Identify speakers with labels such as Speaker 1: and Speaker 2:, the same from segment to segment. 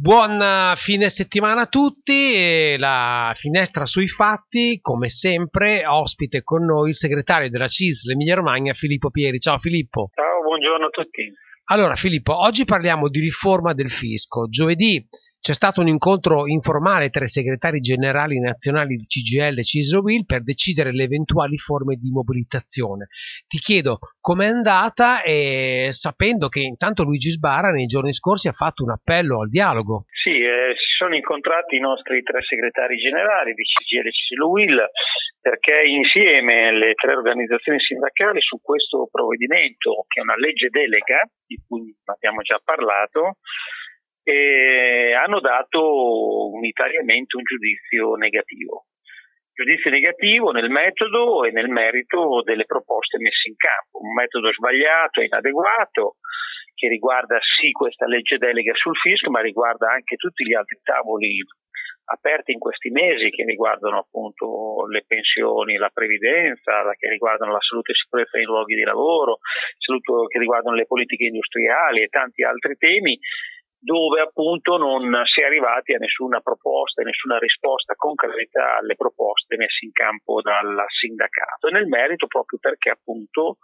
Speaker 1: Buon fine settimana a tutti. La finestra sui fatti, come sempre, ospite con noi il segretario della CISL Emilia Romagna, Filippo Pieri. Ciao Filippo.
Speaker 2: Ciao, buongiorno a tutti.
Speaker 1: Allora Filippo, oggi parliamo di riforma del fisco. Giovedì c'è stato un incontro informale tra i segretari generali nazionali di CGIL e CISL UIL per decidere le eventuali forme di mobilitazione. Ti chiedo com'è andata, e sapendo che intanto Luigi Sbarra nei giorni scorsi ha fatto un appello al dialogo.
Speaker 2: Sì, si sono incontrati i nostri tre segretari generali di CGIL e CISL UIL perché insieme le tre organizzazioni sindacali su questo provvedimento, che è una legge delega, di cui abbiamo già parlato, hanno dato unitariamente un giudizio negativo. Giudizio negativo nel metodo e nel merito delle proposte messe in campo. Un metodo sbagliato e inadeguato, che riguarda sì questa legge delega sul fisco, ma riguarda anche tutti gli altri tavoli aperti in questi mesi, che riguardano appunto le pensioni, la previdenza, che riguardano la salute e sicurezza nei luoghi di lavoro, che riguardano le politiche industriali e tanti altri temi, dove appunto non si è arrivati a nessuna proposta e nessuna risposta concreta alle proposte messe in campo dal sindacato. E nel merito, proprio perché appunto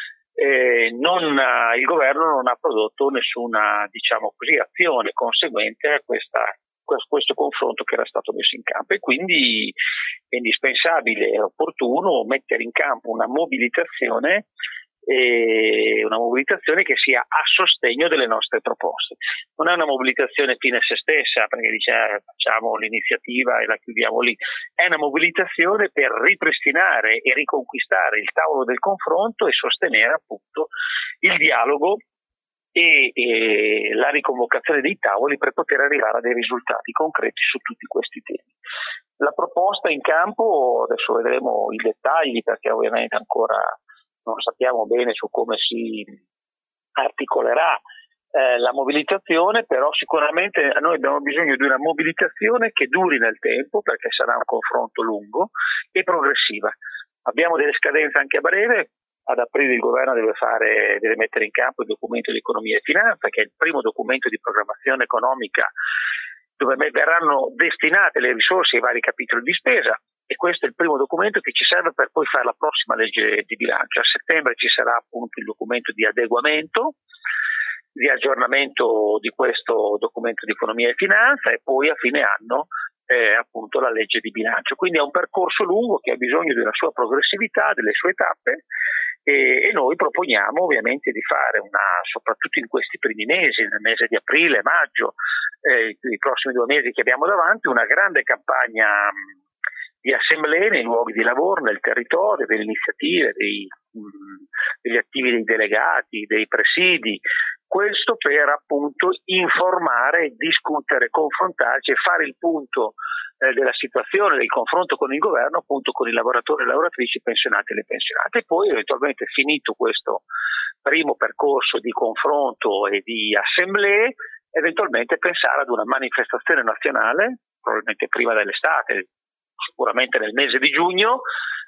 Speaker 2: il governo non ha prodotto nessuna, diciamo così, azione conseguente a questo confronto che era stato messo in campo, e quindi è indispensabile e opportuno mettere in campo una mobilitazione che sia a sostegno delle nostre proposte. Non è una mobilitazione fine a se stessa, perché dice facciamo l'iniziativa e la chiudiamo lì. È una mobilitazione per ripristinare e riconquistare il tavolo del confronto e sostenere appunto il dialogo e la riconvocazione dei tavoli per poter arrivare a dei risultati concreti su tutti questi temi. La proposta in campo, adesso vedremo i dettagli, perché ovviamente ancora non sappiamo bene su come si articolerà la mobilitazione, però sicuramente noi abbiamo bisogno di una mobilitazione che duri nel tempo, perché sarà un confronto lungo e progressiva. Abbiamo delle scadenze anche a breve. Ad aprile il governo deve mettere in campo il documento di economia e finanza, che è il primo documento di programmazione economica dove verranno destinate le risorse ai vari capitoli di spesa, e questo è il primo documento che ci serve per poi fare la prossima legge di bilancio. A settembre ci sarà appunto il documento di adeguamento, di aggiornamento di questo documento di economia e finanza, e poi a fine anno appunto la legge di bilancio. Quindi è un percorso lungo che ha bisogno di una sua progressività, delle sue tappe, e noi proponiamo ovviamente di fare soprattutto in questi primi mesi, nel mese di aprile, maggio, i prossimi 2 mesi che abbiamo davanti, una grande campagna di assemblee nei luoghi di lavoro, nel territorio, delle iniziative, degli attivi dei delegati, dei presidi. Questo per appunto informare, discutere, confrontarci e fare il punto della situazione, del confronto con il governo, appunto con i lavoratori e le lavoratrici, pensionati e le pensionate. E poi eventualmente, finito questo primo percorso di confronto e di assemblee, eventualmente pensare ad una manifestazione nazionale, probabilmente prima dell'estate, sicuramente nel mese di giugno,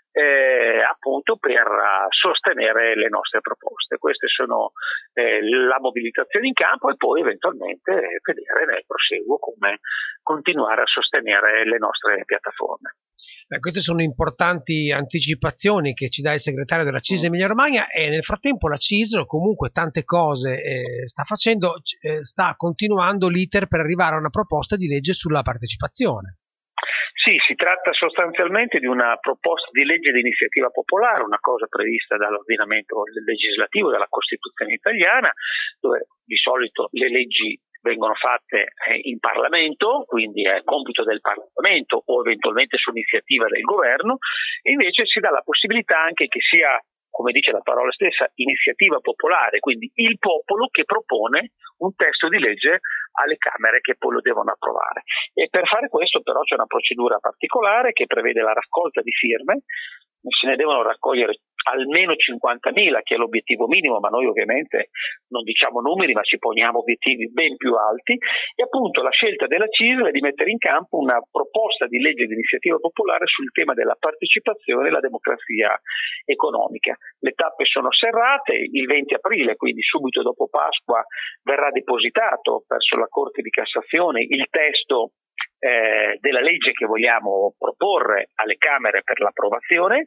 Speaker 2: appunto per sostenere le nostre proposte. Queste sono la mobilitazione in campo, e poi eventualmente vedere nel proseguo come continuare a sostenere le nostre piattaforme.
Speaker 1: Queste sono importanti anticipazioni che ci dà il segretario della CISL Emilia Romagna, e nel frattempo la CISL comunque tante cose sta facendo, sta continuando l'iter per arrivare a una proposta di legge sulla partecipazione.
Speaker 2: Sì, si tratta sostanzialmente di una proposta di legge di iniziativa popolare, una cosa prevista dall'ordinamento legislativo, dalla Costituzione italiana, dove di solito le leggi vengono fatte in Parlamento, quindi è compito del Parlamento o eventualmente su iniziativa del governo, e invece si dà la possibilità anche che sia, come dice la parola stessa, iniziativa popolare, quindi il popolo che propone un testo di legge alle Camere che poi lo devono approvare. E per fare questo però c'è una procedura particolare che prevede la raccolta di firme. Se ne devono raccogliere almeno 50.000, che è l'obiettivo minimo, ma noi ovviamente non diciamo numeri, ma ci poniamo obiettivi ben più alti, e appunto la scelta della CISL è di mettere in campo una proposta di legge di iniziativa popolare sul tema della partecipazione e la democrazia economica. Le tappe sono serrate, il 20 aprile, quindi subito dopo Pasqua, verrà depositato verso la Corte di Cassazione il testo della legge che vogliamo proporre alle Camere per l'approvazione,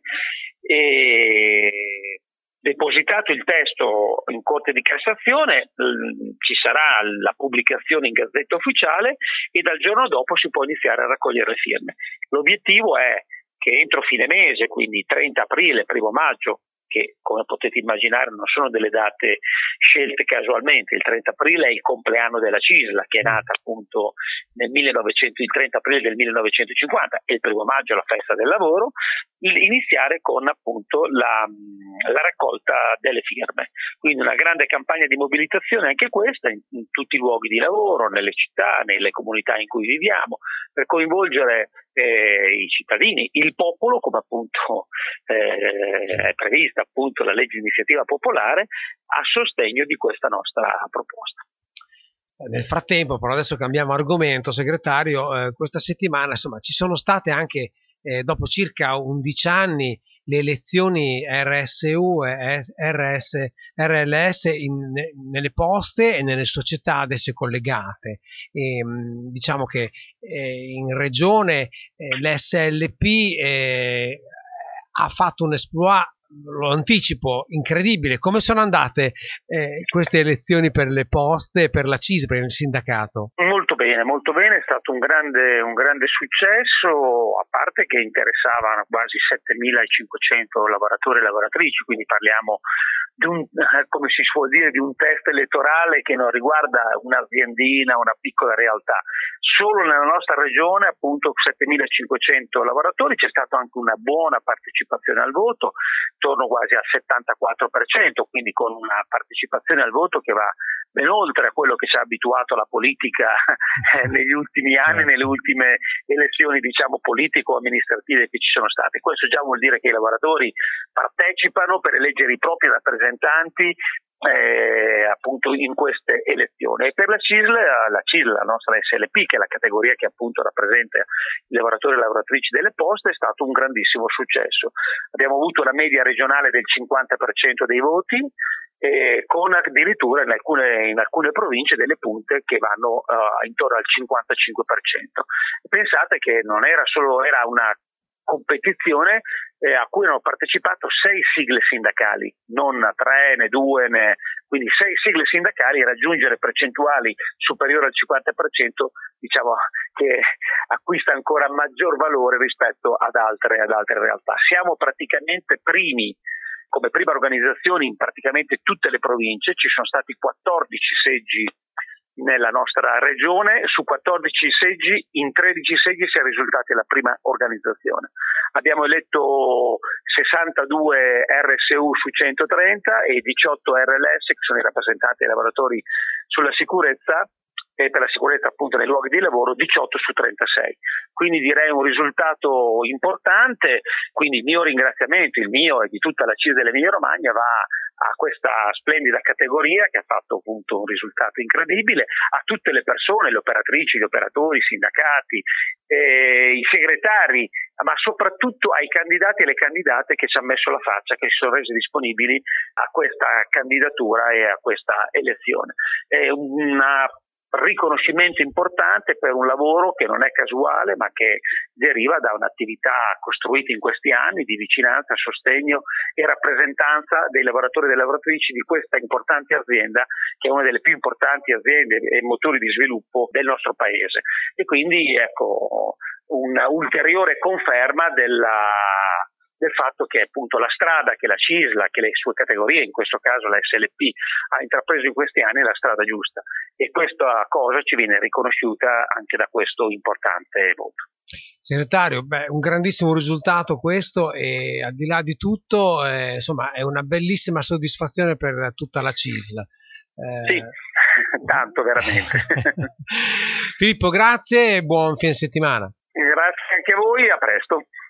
Speaker 2: e depositato il testo in Corte di Cassazione ci sarà la pubblicazione in Gazzetta Ufficiale e dal giorno dopo si può iniziare a raccogliere le firme. L'obiettivo è che entro fine mese, quindi 30 aprile, 1 maggio, che come potete immaginare non sono delle date scelte casualmente, il 30 aprile è il compleanno della CISLA, che è nata appunto il 30 aprile del 1950, e il 1 maggio la festa del lavoro, iniziare con appunto la raccolta delle firme. Quindi una grande campagna di mobilitazione anche questa in tutti i luoghi di lavoro, nelle città, nelle comunità in cui viviamo, per coinvolgere i cittadini, il popolo, come appunto è prevista appunto la legge di iniziativa popolare, a sostegno di questa nostra proposta.
Speaker 1: Nel frattempo, però adesso cambiamo argomento, segretario, questa settimana insomma ci sono state anche dopo circa 11 anni le elezioni RSU e RLS nelle poste e nelle società ad esse collegate. Diciamo che in regione l'SLP ha fatto un exploit, lo anticipo, incredibile. Come sono andate queste elezioni per le poste e per la CISL, per il sindacato?
Speaker 2: Molto bene, è stato un grande successo, a parte che interessavano quasi 7.500 lavoratori e lavoratrici, quindi parliamo di come si suol dire, di un test elettorale che non riguarda un'aziendina, una piccola realtà. Solo nella nostra regione, appunto, 7.500 lavoratori, c'è stata anche una buona partecipazione al voto, torno quasi al 74%, quindi con una partecipazione al voto che va ben oltre a quello che ci ha abituato la politica negli ultimi anni, nelle ultime elezioni, diciamo, politico-amministrative che ci sono state. Questo già vuol dire che i lavoratori partecipano per eleggere i propri rappresentanti appunto in queste elezioni. E per la CISL, la nostra SLP, che è la categoria che appunto rappresenta i lavoratori e le lavoratrici delle poste, è stato un grandissimo successo. Abbiamo avuto una media regionale del 50% dei voti, con addirittura in alcune province delle punte che vanno intorno al 55%. Pensate che non era era una competizione a cui hanno partecipato 6 sigle sindacali, non 3 né 2 quindi 6 sigle sindacali. Raggiungere percentuali superiori al 50%, diciamo che acquista ancora maggior valore rispetto ad altre realtà. Siamo praticamente primi, come prima organizzazione, in praticamente tutte le province. Ci sono stati 14 seggi nella nostra regione, su 14 seggi in 13 seggi si è risultati la prima organizzazione. Abbiamo eletto 62 RSU su 130 e 18 RLS, che sono i rappresentanti dei lavoratori sulla sicurezza, e per la sicurezza appunto nei luoghi di lavoro, 18 su 36. Quindi direi un risultato importante. Quindi il mio ringraziamento, il mio e di tutta la CISL dell'Emilia Romagna, va a questa splendida categoria che ha fatto appunto un risultato incredibile, a tutte le persone, le operatrici, gli operatori, i sindacati, i segretari, ma soprattutto ai candidati e alle candidate che ci hanno messo la faccia, che si sono resi disponibili a questa candidatura e a questa elezione. È un riconoscimento importante per un lavoro che non è casuale, ma che deriva da un'attività costruita in questi anni di vicinanza, sostegno e rappresentanza dei lavoratori e delle lavoratrici di questa importante azienda, che è una delle più importanti aziende e motori di sviluppo del nostro paese. E quindi ecco una ulteriore conferma del fatto che appunto la strada che la CISL, che le sue categorie, in questo caso la SLP, ha intrapreso in questi anni è la strada giusta, e questa cosa ci viene riconosciuta anche da questo importante voto.
Speaker 1: Segretario, un grandissimo risultato questo, e al di là di tutto insomma è una bellissima soddisfazione per tutta la CISL.
Speaker 2: Sì, tanto veramente.
Speaker 1: Filippo, grazie e buon fine settimana.
Speaker 2: Grazie anche a voi, a presto.